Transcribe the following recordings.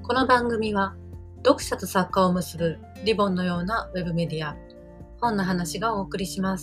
この番組は読者と作家を結ぶリボンのようなウェブメディア、本の話がお送りします。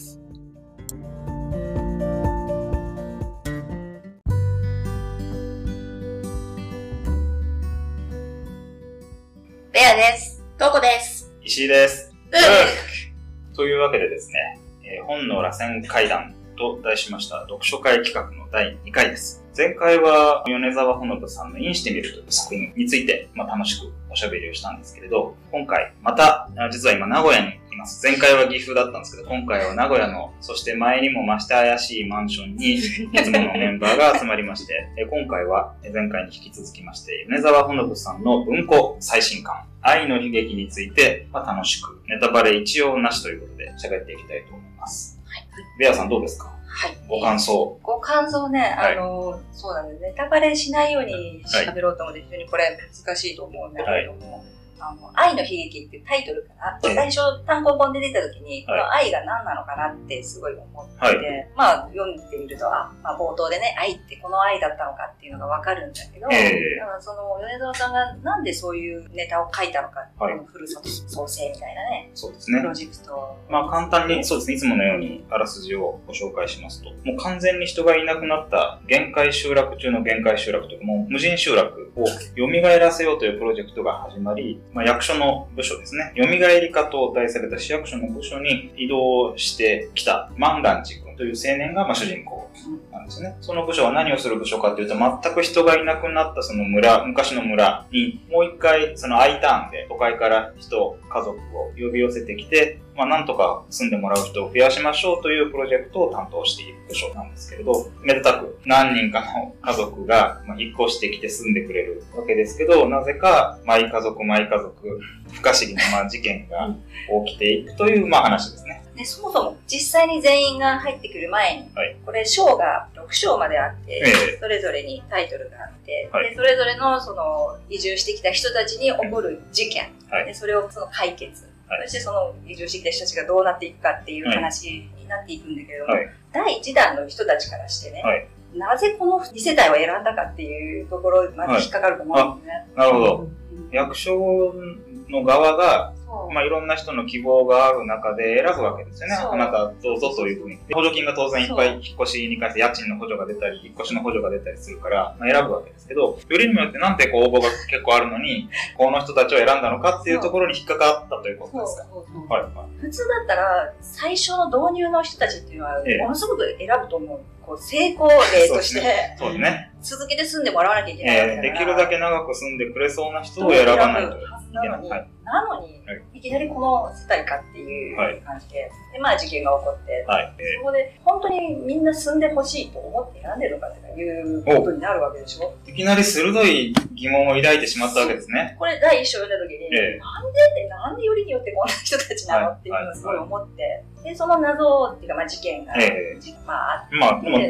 ベアです。トコです。 石井です。というわけでですね、本の螺旋階段と題しました読書会企画の第2回です。前回は米沢ほのぶさんのインしてみるという作品について、楽しくおしゃべりをしたんですけれど、今回また、実は今名古屋にいます。前回は岐阜だったんですけど、今回は名古屋の、そして前にも増して怪しいマンションにいつものメンバーが集まりまして、今回は前回に引き続きまして、米沢ほのぶさんの文庫最新刊、愛の悲劇について、楽しく、ネタバレ一応なしということで喋っていきたいと思います。はい、ベアさんどうですか？ はい。 ご感想。 ご感想ね、そうなんです。ネタバレしないように喋ろうと思って、非常にこれ難しいと思うんだけれども、愛の悲劇っていうタイトルかな、最初単行本で出た時に、この愛が何なのかなってすごい思ってて、読んでみると、冒頭でね、愛ってこの愛だったのかっていうのがわかるんだけど、だからその米沢さんがなんでそういうネタを書いたのか、このふるさと創生みたいなね、 そうですね。 プロジェクト。 簡単に、そうですね、いつものようにあらすじをご紹介しますと、もう完全に人がいなくなった限界集落中の限界集落というか、もう無人集落を蘇らせようというプロジェクトが始まり、役所の部署ですね、蘇り課と題された市役所の部署に移動してきた万蘭寺君という青年が主人公なんですね。その部署は何をする部署かというと、全く人がいなくなったその村、昔の村にもう一回その I ターンで都会から人、家族を呼び寄せてきて、なんとか住んでもらう人を増やしましょうというプロジェクトを担当している部署なんですけれど、めでたく何人かの家族が引っ越してきて住んでくれるわけですけど、なぜか毎家族不可思議な事件が起きていくという話ですね。 で、そもそも実際に全員が入ってくる前に、これ章が6章まであって、それぞれにタイトルがあって、でそれぞれのその移住してきた人たちに起こる事件、でそれをその解決、そしてその移住してきた人たちがどうなっていくかっていう話になっていくんだけれども、第1弾の人たちからしてね、なぜこの2世帯を選んだかっていうところまで引っかかると思うんですね。 なるほど。役所の側が、いろんな人の希望がある中で選ぶわけですよね。あなたどうぞというふうに。補助金が当然いっぱい引っ越しに関して家賃の補助が出たり、引っ越しの補助が出たりするから、選ぶわけですけど、よりにもよってなんで応募が結構あるのに、この人たちを選んだのかっていうところに引っかかったということですか。 普通だったら、最初の導入の人たちっていうのは、ものすごく選ぶと思う。成功例として、続けて住んでもらわなきゃいけないわけだから。 できるだけ長く住んでくれそうな人を選ばないといけない。 なのに、いきなりこの世帯かっていう感じで、事件が起こって、そこで本当にみんな住んでほしいと思って選んでるのかっていうことになるわけでしょ。 いきなり鋭い疑問を抱いてしまったわけですね。 これ第一章読んだ時に、なんでよりによってこんな人たちなのっていうのをすごい思って、で、その謎っていうか、事件が、あって、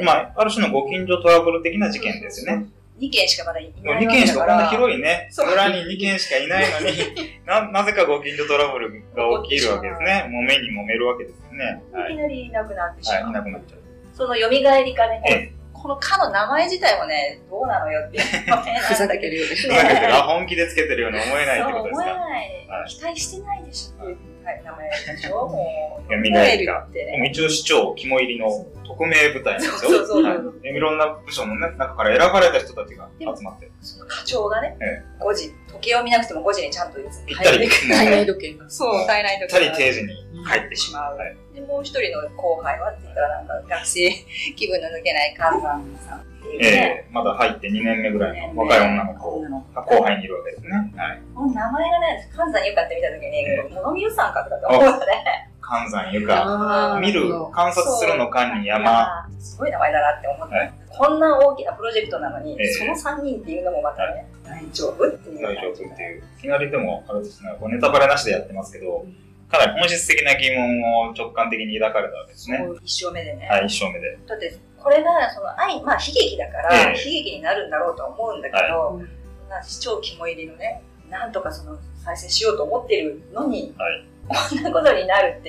ある種のご近所トラブル的な事件ですよね。 2件しかまだいない 2件しか、こんな広いね、村に2件しかいないのに、なぜかご近所トラブルが起きるわけですね。もめにもめるわけですよね。 いきなりいなくなってしまう。 いなくなっちゃう。 その蘇りかね、このかの名前自体もね、どうなのよっていう。 ふざけてるようですね。 本気でつけてるように思えないってことですか？ 思えない。期待してないでしょっていう名前でしょ。もう、 蘇りか。一応市長肝入りの特命部隊なんですよ。いろんな部署の中から選ばれた人たちが集まってる。 課長がね、5時、時計を見なくても5時にちゃんと入ってくる。 体内時計が。 そう、体内時計が。 ぴったり定時に帰ってしまう。 で、もう一人の後輩はって言ったら学生気分の抜けないカンさんっていうまだ入って2年目ぐらいの若い女の子が後輩にいるわけですね。 この名前がね、カンさんゆかって見たときに、物見ゆさんかとかと思うのね。 カンさんゆか。観察するの間に山。 すごい名前だなって思って。こんな大きなプロジェクトなのに、その3人っていうのもまたね、大丈夫っていう。 大丈夫っていう。いきなりでも、あれですね、ネタバレなしでやってますけど、かなり本質的な疑問を直感的に抱かれたわけですね。 一生目でね。 一生目で。 だって、これが、愛、悲劇だから、悲劇になるんだろうと思うんだけど、市長肝入りのね、なんとか再生しようと思ってるのに、こんなことになるって、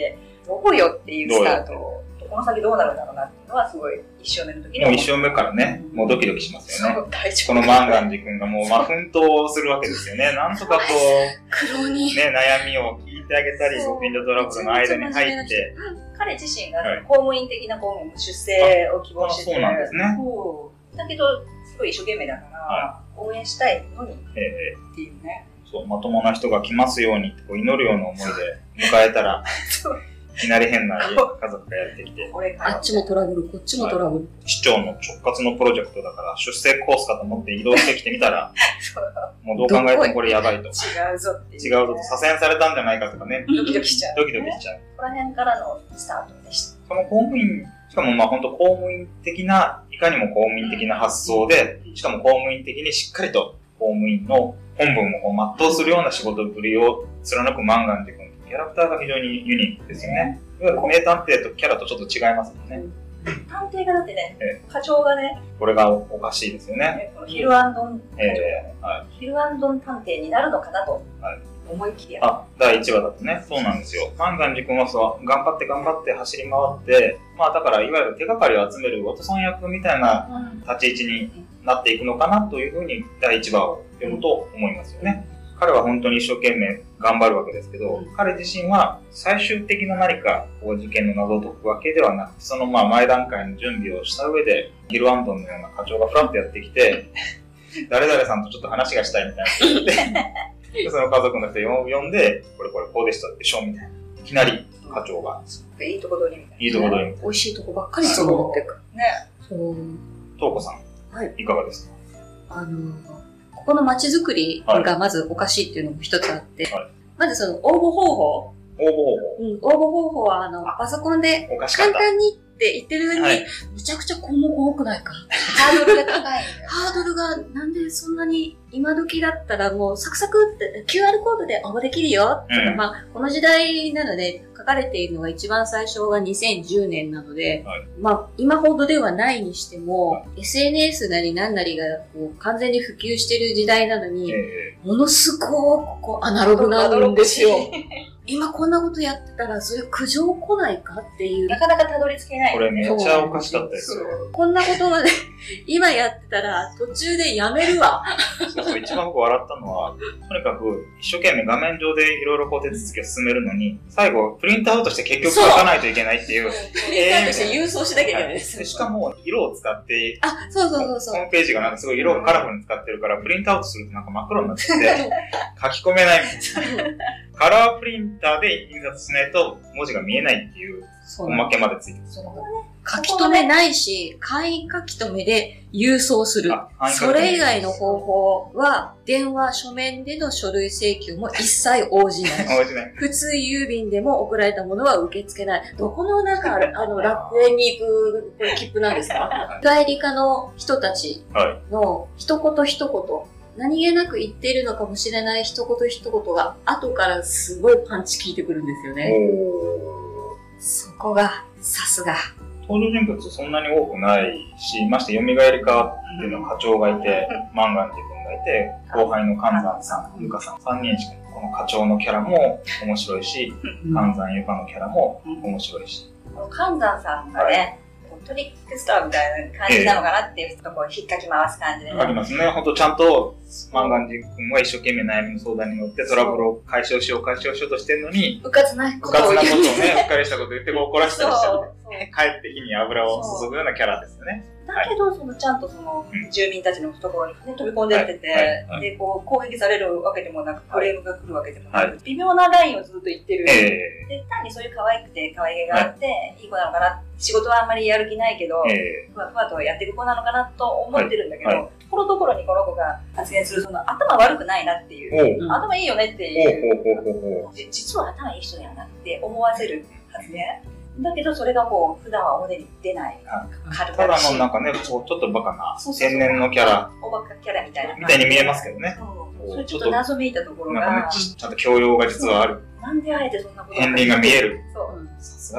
どうよっていうスタートを、この先どうなるんだろうなっていうのはすごい1章目の時にもう1章目からね、もうドキドキしますよね。 大丈夫。 このマンガンジ君がもう奮闘するわけですよね。なんとかこう、ね、悩みを聞いてあげたり、ご近所トラブルの間に入って。 彼自身が公務員的な公務員の出世を希望してて、 そうなんですね。 だけど、すごい一生懸命だから、応援したいのにっていうね。 そう、まともな人が来ますようにってこう祈るような思いで迎えたら、いきなり変な家族がやってきて、 あっちもトラブル、こっちもトラブル。 市長の直轄のプロジェクトだから出世コースかと思って移動してきてみたら、もうどう考えてもこれやばいと。 違うぞっていう。 違うぞと、左遷されたんじゃないかとかね。 ドキドキしちゃう。 ドキドキしちゃう。 この辺からのスタートでした。 その公務員、しかもまあ本当公務員的な、いかにも公務員的な発想で、しかも公務員的にしっかりと公務員の本分を全うするような仕事ぶりを貫くマンガンジ君。キャラクターが非常にユニークですよね。いわゆる名探偵とキャラとちょっと違いますよね。 探偵がだってね、課長がね、 これがおかしいですよね。 このヒルアンドン、ヒルアンドン探偵になるのかなと思いきや。 第1話だとね、そうなんですよ。マンガンジ君はそう頑張って走り回って、まあだからいわゆる手がかりを集めるワトソン役みたいな立ち位置になっていくのかなというふうに第1話を読むと思いますよね。彼は本当に一生懸命頑張るわけですけど、彼自身は最終的な何か事件の謎を解くわけではなくて、そのまあ前段階の準備をした上で、ヒルアンドンのような課長がフラッとやってきて、誰々さんとちょっと話がしたいみたいなこと言って、その家族の人を呼んで、これこうでしたってしょみたいな。いきなり課長が。 いいとこ取りみたいな。 いいとこ取りみたいな。 美味しいとこばっかりそう思ってく。 ね。 そう。 トウコさん、いかがですか？ ここの街づくりがまずおかしいっていうのも一つあって、まずその応募方法。応募方法はパソコンで簡単にって言ってる上に、めちゃくちゃ項目多くないか。 ハードルが高いんだよ。 ハードルがなんでそんなに今時だったらもうサクサクって QR コードで応募できるよとか、まあこの時代なので書かれているのが一番最初が2010年なので、まあ今ほどではないにしても、SNS なりなんなりがこう完全に普及している時代なのに、ものすごくこうアナログなんですよ。今こんなことやってたら、それ苦情来ないかっていう。 なかなかたどり着けない。 これめっちゃおかしかったですよ。 こんなことまで、今やってたら途中でやめるわ。 そう、一番僕笑ったのは、とにかく一生懸命画面上でいろいろこう手続きを進めるのに、最後プリントアウトして結局書かないといけないっていう。 プリントアウトして郵送しなきゃいけないです。 しかも色を使って、 そう。 ホームページがなんかすごい色をカラフルに使ってるから、プリントアウトするとなんか真っ黒になってて、書き込めないみたいな。カラープリンターで印刷しないと文字が見えないっていうおまけまでついてる。 書き留めないし、簡易書き留めで郵送する。それ以外の方法は、電話、書面での書類請求も一切応じない。普通郵便でも送られたものは受け付けない。どこの楽園に行く切符なんですか？外理科の人たちの一言一言。何気なく言っているのかもしれない一言一言が後からすごいパンチ効いてくるんですよね。そこがさすが。 登場人物そんなに多くないし、まして蘇りかっていうの課長がいて、マンガンジ君がいて、後輩の関山さん、ゆかさん、3人しかいない。この課長のキャラも面白いし、関山ゆかのキャラも面白いし。 関山さんがね、トリックスターみたいな感じなのかなっていうところを引っかき回す感じでね。 ありますね。ほんとちゃんと、マンガンジ君は一生懸命悩みの相談に乗ってトラブルを解消しようとしてるのに、 うかつなことをね、うっかりしたこと言って怒らせたりしちゃう。帰って火に油を注ぐようなキャラですよね。 だけど、ちゃんと住民たちの懐に飛び込んでってて、で、こう、攻撃されるわけでもなく、クレームが来るわけでもなく、微妙なラインをずっと言ってる。で、単にそういう可愛くて、可愛げがあって、いい子なのかな、仕事はあんまりやる気ないけど、ふわふわとやっていく子なのかなと思ってるんだけど、ところどころにこの子が発言する、頭悪くないなっていう、頭いいよねっていう、実は頭いい人だよなって思わせる発言。だけど、それがこう、普段は表に出ない。 ただのなんかね、ちょっとバカな、天然のキャラ。 おバカキャラみたいな。 みたいに見えますけどね。 それちょっと謎めいたところが。 なんかね、ちゃんと教養が実はある。 なんであえてそんなこと片鱗が見える。さすがですね。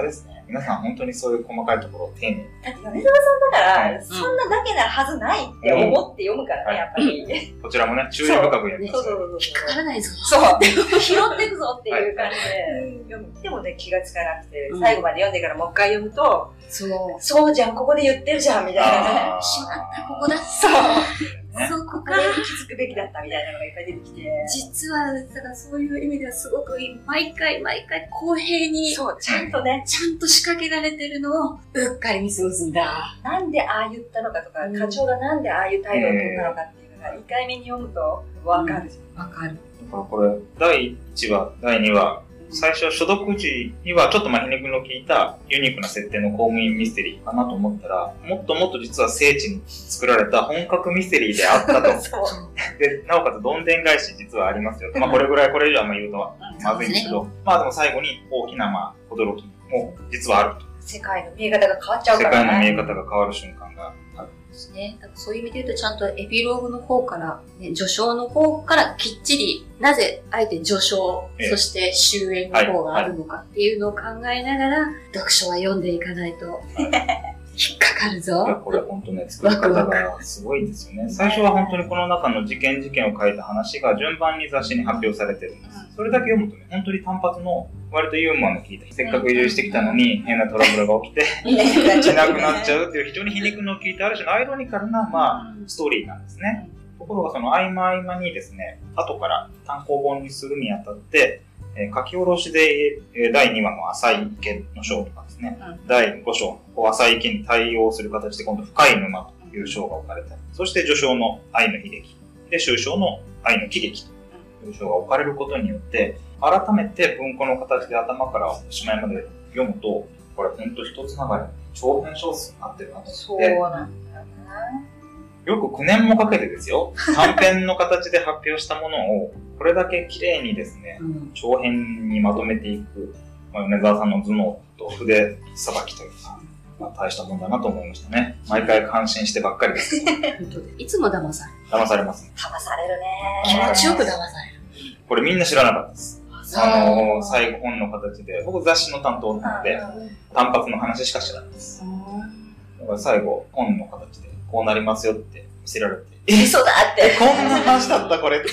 皆さん本当にそういう細かいところを丁寧に。 だって米沢さんだから、そんなだけなはずないって思って読むからね、やっぱり。 こちらもね、注意深く読みます。 引っかからないぞ。 そう。拾っていくぞっていう感じで読む。でもね、気がつかなくて、最後まで読んでからもう一回読むと、そうじゃん、ここで言ってるじゃん、みたいなね。 しまった、ここだ。 そう。そこから気づくべきだったみたいなのがいっぱい出てきて。 実は、だからそういう意味ではすごく毎回公平に、 そう、ちゃんとね、 ちゃんと仕掛けられてるのを、うっかり見過ごすんだ。 なんでああ言ったのかとか、課長がなんでああいう態度を取ったのかっていうのが、1回目に読むとわかる。 わかる。 だからこれ、第1話、第2話、最初所属時にはちょっと皮肉の効いたユニークな設定の公務員ミステリーかなと思ったら、もっともっと実は聖地に作られた本格ミステリーであったと。で、なおかつどんでん返し実はありますよ。まあこれ以上は言うとまずいんですけど、まあでも最後に大きな驚きも実はあると。 世界の見え方が変わっちゃうからね。 世界の見え方が変わる瞬間がある。 ね、そういう意味で言うとちゃんとエピローグの方から、ね、序章の方からきっちりなぜあえて序章、そして終焉の方があるのかっていうのを考えながら、読書は読んでいかないと引っかかるぞ。 いやこれ本当ね、作り方がすごいんですよね。最初は本当にこの中の事件を書いた話が順番に雑誌に発表されてるんです。それだけ読むとね、本当に単発の割とユーモアの効いた、せっかく移住してきたのに変なトラブルが起きて、いなくなっちゃうっていう非常に皮肉の効いたある種のアイロニカルな、ストーリーなんですね。ところがその合間合間にですね、後から単行本にするにあたって、書き下ろしで、第2話の浅い池の章とかですね、第5章の浅い池に対応する形で今度深い沼という章が置かれたり、そして序章の愛の悲劇、で終章の愛の喜劇という章が置かれることによって、改めて文庫の形で頭からおしまいまで読むと、これ本当一つながら長編小説になってるなと思って。 そうなんだよな。 よく9年もかけてですよ、短編の形で発表したものを、これだけ綺麗にですね、長編にまとめていく、米沢さんの頭脳と筆さばきというか、大したもんだなと思いましたね。毎回感心してばっかりです。 いつも騙される。 騙されますね。 騙されるね。 気持ちよく騙される。 これみんな知らなかったです。最後本の形で、僕雑誌の担当なので、単発の話しか知らないです。だから最後、本の形で、こうなりますよって見せられて、 嘘だって。 こんな話だったこれって。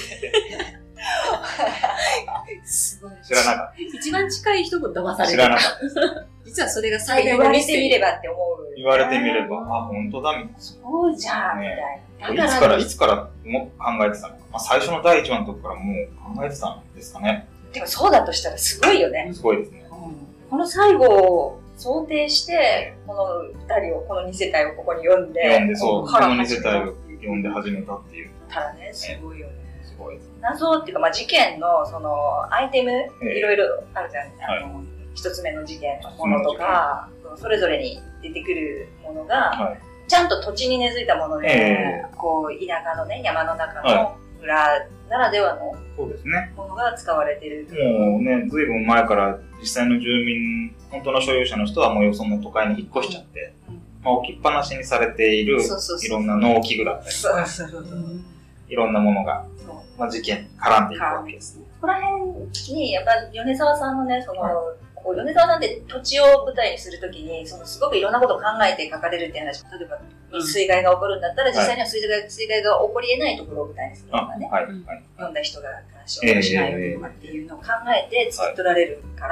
すごい。 知らなかった。 一番近い人も騙される。 知らなかったです。 実はそれが最後言われてみればって思う。 言われてみれば、あ、本当だみたいな。 そうじゃん、みたいな。 いつからも考えてたのか。最初の第1話のとこからもう考えてたんですかね。 でもそうだとしたらすごいよね。 すごいですね。 この最後を想定して、この2人を、この2世帯をここに読んで、 そう、この2世帯を読んで始めたっていう。 ただね、すごいよね。 すごいです。 謎っていうか、事件の、その、アイテム、いろいろあるじゃん。一つ目の事件のものとか、それぞれに出てくるものが、ちゃんと土地に根付いたもので、こう、田舎のね、山の中の村ならではのものが使われている。 もうね、ずいぶん前から実際の住民、本当の所有者の人はもうよその都会に引っ越しちゃって、置きっぱなしにされているいろんな農機具だったりとか、いろんなものが、事件に絡んでいくわけです。 ここら辺に、やっぱ米沢さんのね、その、米沢さんって土地を舞台にするときに、すごくいろんなことを考えて書かれるっていう話、例えば水害が起こるんだったら、実際には水害が起こり得ないところを舞台にするとかね、読んだ人が話をしないようにとかっていうのを考えて作られるから、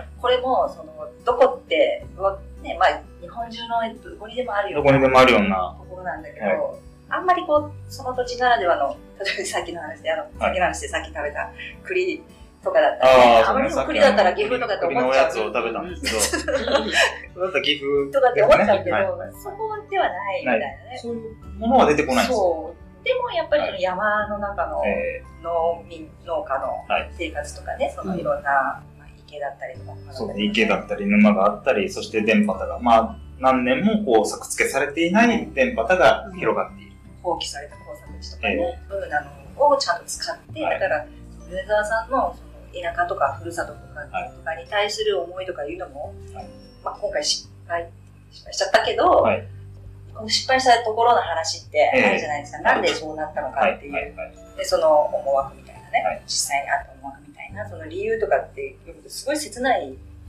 これも、どこって、ね、日本中のどこにでもあるようなところなんだけど、あんまりその土地ならではの、例えばさっきの話で、さっき食べた栗とかだったら、あまりにも栗だったら岐阜とかって思っちゃう。 栗のおやつを食べたんですけど、それだったら岐阜とかって思っちゃうけど、そこではないみたいなね。 そういうものは出てこないんですよ。 そう。でもやっぱり山の中の農家の生活とかね、いろんな池だったりとか。 そうね、池だったり沼があったり、そして電波が、何年も作付けされていない電波が広がっている。 放棄された工作地とかね、そういうのをちゃんと使って、だから、米沢さんの田舎とかふるさととかに対する思いとかいうのも、今回失敗しちゃったけど、この失敗したところの話ってあるじゃないですか。なんでそうなったのかっていう。で、その思惑みたいなね、実際にあった思惑みたいな、その理由とかって読むとすごい切ない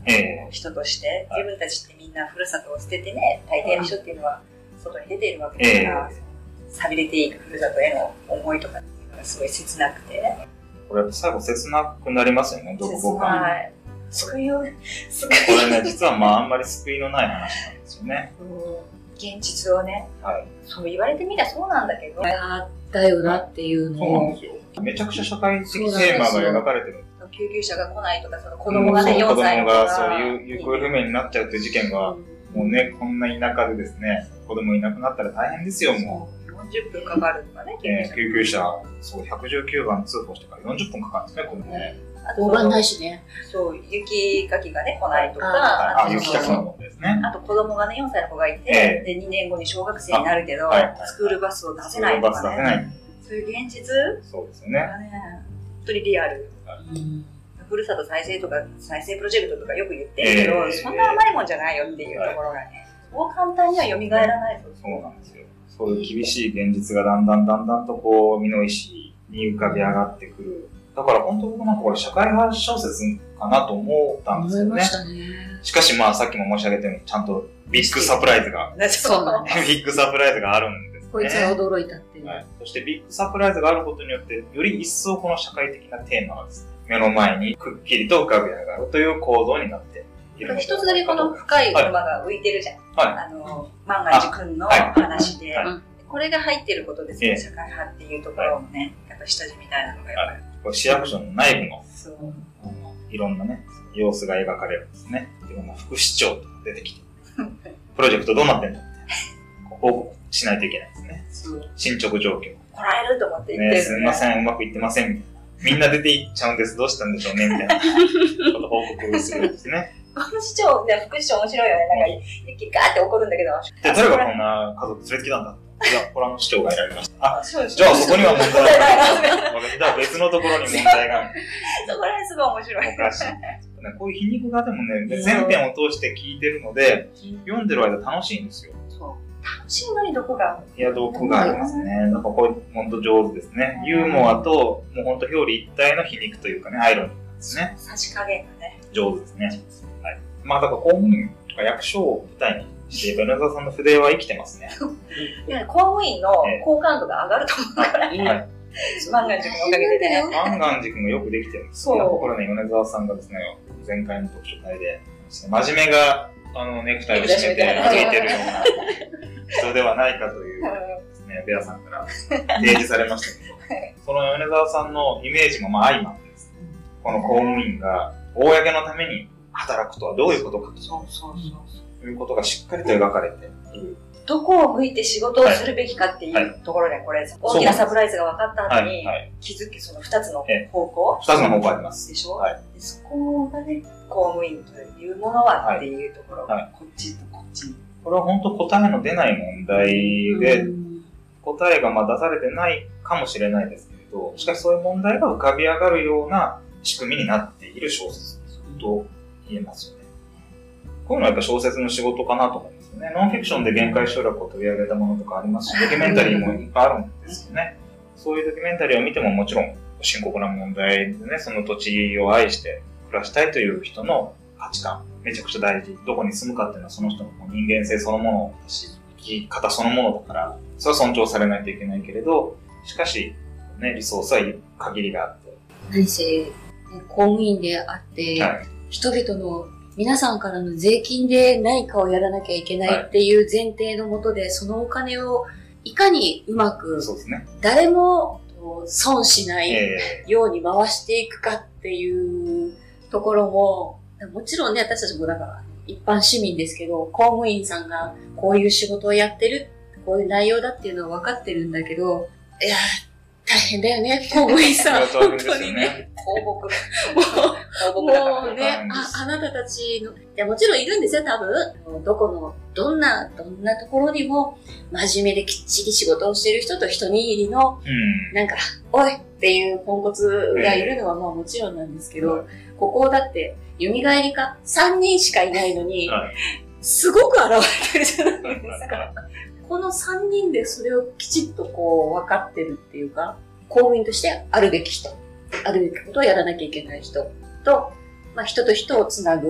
人として、自分たちってみんなふるさとを捨ててね、大抵の人っていうのは外に出ているわけだから、寂れているふるさとへの思いとかっていうのがすごい切なくて。 これ最後切なくなりますよね、どこか。 救いを、 これね、実はあんまり救いのない話なんですよね。 現実をね、そう言われてみりゃそうなんだけど。 だよなっていうのを。 そうなんですよ。めちゃくちゃ社会的テーマが描かれてる。 救急車が来ないとか、その子供がね、4歳の子供がそういう行方不明になっちゃうっていう事件が、もうね、こんな田舎でですね、子供いなくなったら大変ですよ、もう。 40分かかるとかね、 救急車、そう、119番通報してから40分かかるんですね、これね。 交番ないしね。 そう、雪かきがね、来ないとか。 雪かきの問題ですね。 あと子供がね、4歳の子がいて、で、2年後に小学生になるけど、スクールバスを出せないとかね。そういう現実そうですよね。 本当にリアル。ふるさと再生とか、再生プロジェクトとかよく言ってるけど、そんな甘いもんじゃないよっていうところがね、そう簡単には蘇らないと。 そうなんですよ。そういう厳しい現実がだんだんとこう、美濃石に浮かび上がってくる。だから本当僕なんかこれ社会派小説かなと思ったんですよね。しかしさっきも申し上げたように、ちゃんとビッグサプライズが、ビッグサプライズがあるんですね。 こいつは驚いたっていう。 そしてビッグサプライズがあることによって、より一層この社会的なテーマがですね、目の前にくっきりと浮かび上がるという構造になっている。 一つだけこの深い馬が浮いてるじゃん。万願寺くんの話で、これが入ってることですね、社会派っていうところもね、やっぱ下地みたいなのがやっぱり。 市役所の内部のいろんなね、様子が描かれるんですね。いろんな副市長とか出てきて、プロジェクトどうなってんだって報告しないといけないですね。進捗状況。 来られると思って言ってる。 すみません、うまくいってませんみたいな。みんな出ていっちゃうんです、どうしたんでしょうねみたいなこと報告するんですね。 この市長、副市長面白いよね。なんか、一気にガーって怒るんだけど。 誰がこんな家族連れてきたんだ。いや、これ市長が選びました。じゃあそこには問題がない。じゃあ別のところに問題がない。 そこら辺すごい面白い。 おかしい。こういう皮肉がでもね、全編を通して聞いてるので、読んでる間楽しいんですよ。 楽しいのに毒がある。 いや、毒がありますね。なんかこれ、ほんと上手ですね。ユーモアと、もうほんと表裏一体の皮肉というかね、アイロニーなんですね。 差し加減がね。 上手ですね。はい。だから公務員とか役所を舞台にして、米沢さんの筆は生きてますね。 いや、公務員の好感度が上がると思うから。万願寺君のおかげでね。 万願寺君がよくできてるんですよ。これね、米沢さんがですね、前回の特集会で、真面目が、ネクタイを締めて歩いてるような人ではないかというですね、ベアさんから提示されましたけど、その米沢さんのイメージも相まってですね、この公務員が公のために働くとはどういうことかということがしっかりと描かれている。 どこを向いて仕事をするべきかっていうところで、これ、大きなサプライズが分かった後に気づき、その2つの方向。 2つの方向あります。 でしょ？そこがね、公務員というものはっていうところ、こっちとこっちに。 これは本当答えの出ない問題で、答えが出されてないかもしれないですけれど、しかしそういう問題が浮かび上がるような仕組みになっている小説と言えますよね。こういうのはやっぱ小説の仕事かなと思うんですよね。ノンフィクションで限界集落を取り上げたものとかありますし、ドキュメンタリーもいっぱいあるんですよね。そういうドキュメンタリーを見てももちろん深刻な問題でね、その土地を愛して暮らしたいという人の価値観、めちゃくちゃ大事。どこに住むかっていうのはその人の人間性そのものだし、生き方そのものだから、それは尊重されないといけないけれど、しかし、ね、リソースは限りがあって。 何せ、公務員であって、人々の皆さんからの税金で何かをやらなきゃいけないっていう前提のもとで、そのお金をいかにうまく、誰も損しないように回していくかっていうところも、もちろんね、私たちもだから一般市民ですけど、公務員さんがこういう仕事をやってる、こういう内容だっていうのは分かってるんだけど、いや、大変だよね、公務員さん。本当にね。 放牧。 もうね、あなたたちの、いや、もちろんいるんですよ、多分。どこの、どんなところにも、真面目できっちり仕事をしてる人と一握りの、なんか、おいっていうポンコツがいるのはもちろんなんですけど、ここだって、蘇りか3人しかいないのに、すごく現れてるじゃないですか。この3人でそれをきちっと分かってるっていうか、公務員としてあるべき人、あるべきことをやらなきゃいけない人と、人と人をつなぐ。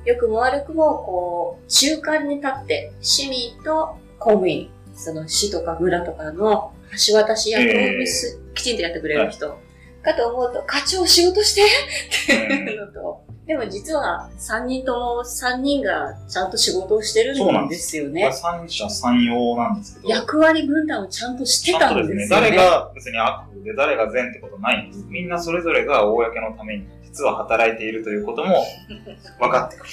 良くも悪くも、こう、中間に立って、市民と公務員、その市とか村とかの橋渡し役をきちんとやってくれる人、かと思うと、課長仕事してっていうのと、でも実は3人がちゃんと仕事をしてるんですよね。 三者三様なんですけど。 役割分担をちゃんとしてたんですよね。 誰が別に悪で誰が善ってことないんです。みんなそれぞれが公のために実は働いているということも分かってくる。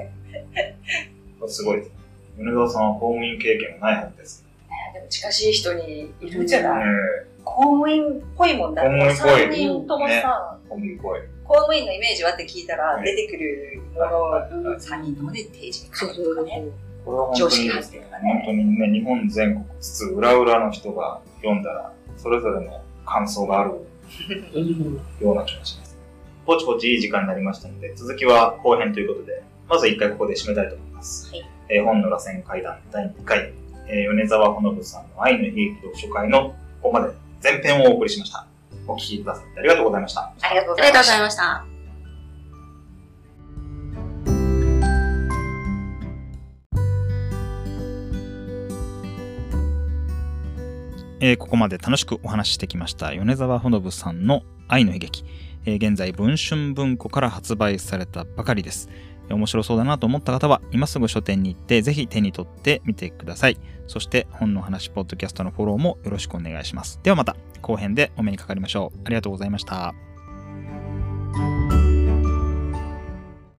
すごいです。米沢さんは公務員経験がないはずです。 でも近しい人にいるんじゃない？公務員っぽいもんだって。3人ともさ、 公務員っぽい。 公務員のイメージはって聞いたら、出てくるものを3人ともで定時に書くとかね。常識発生とかね。 本当にね、日本全国津々浦々の人が読んだら、それぞれの感想があるような気がします。ぼちぼちいい時間になりましたので、続きは後編ということで、まず一回ここで締めたいと思います。はい、本の螺旋階段第2回、米沢ほのぶさんの愛の悲劇読書会のここまで前編をお送りしました。お聞きくださってありがとうございました。 ありがとうございました。 ここまで楽しくお話ししてきました米沢ほのぶさんの愛の悲劇。現在文春文庫から発売されたばかりです。面白そうだなと思った方は今すぐ書店に行ってぜひ手に取ってみてください。そして本の話ポッドキャストのフォローもよろしくお願いします。ではまた後編でお目にかかりましょう。ありがとうございました。